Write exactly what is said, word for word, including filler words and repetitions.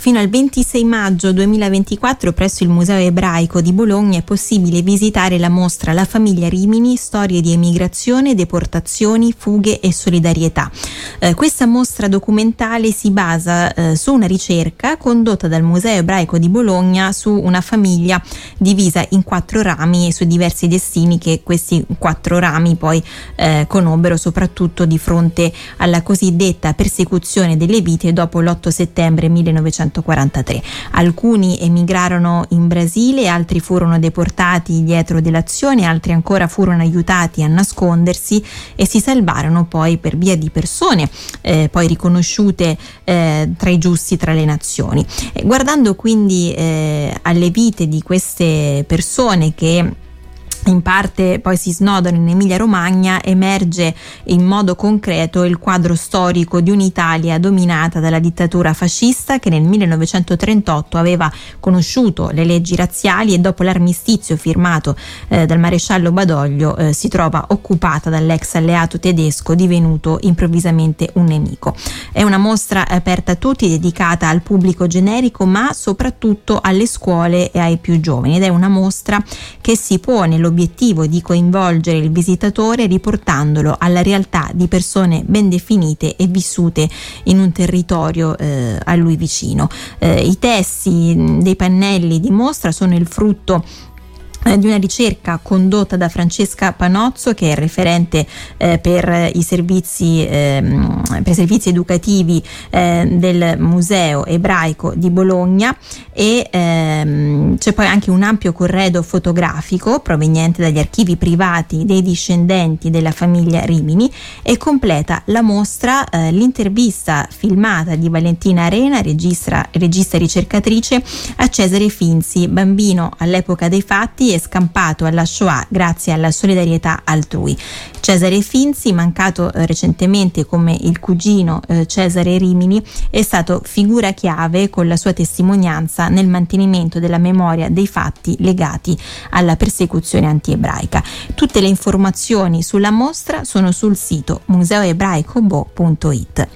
Fino al ventisei maggio duemilaventiquattro presso il Museo Ebraico di Bologna è possibile visitare la mostra La famiglia Rimini, storie di emigrazione, deportazioni, fughe e solidarietà. Eh, questa mostra documentale si basa eh, su una ricerca condotta dal Museo Ebraico di Bologna su una famiglia divisa in quattro rami e su diversi destini che questi quattro rami poi eh, conobbero soprattutto di fronte alla cosiddetta persecuzione delle vite dopo l'otto settembre millenovecentoquarantatré. Alcuni emigrarono in Brasile, altri furono deportati dietro delazione, altri ancora furono aiutati a nascondersi e si salvarono poi per via di persone eh, poi riconosciute eh, tra i giusti tra le nazioni. E guardando quindi eh, alle vite di queste persone che in parte poi si snodano in Emilia Romagna, emerge in modo concreto il quadro storico di un'Italia dominata dalla dittatura fascista che nel millenovecentotrentotto aveva conosciuto le leggi razziali e dopo l'armistizio firmato eh, dal maresciallo Badoglio eh, si trova occupata dall'ex alleato tedesco divenuto improvvisamente un nemico. È una mostra aperta a tutti, dedicata al pubblico generico ma soprattutto alle scuole e ai più giovani, ed è una mostra che si pone lo l'obiettivo di coinvolgere il visitatore riportandolo alla realtà di persone ben definite e vissute in un territorio eh, a lui vicino. Eh, I testi dei pannelli di mostra sono il frutto di una ricerca condotta da Francesca Panozzo, che è referente eh, per i servizi eh, per servizi educativi eh, del Museo Ebraico di Bologna, e ehm, c'è poi anche un ampio corredo fotografico proveniente dagli archivi privati dei discendenti della famiglia Rimini, e completa la mostra eh, l'intervista filmata di Valentina Arena, regista, regista e ricercatrice, a Cesare Finzi, bambino all'epoca dei fatti e scampato alla Shoah grazie alla solidarietà altrui. Cesare Finzi, mancato eh, recentemente come il cugino eh, Cesare Rimini, è stato figura chiave con la sua testimonianza nel mantenimento della memoria dei fatti legati alla persecuzione antiebraica. Tutte le informazioni sulla mostra sono sul sito museo ebraico bo punto it.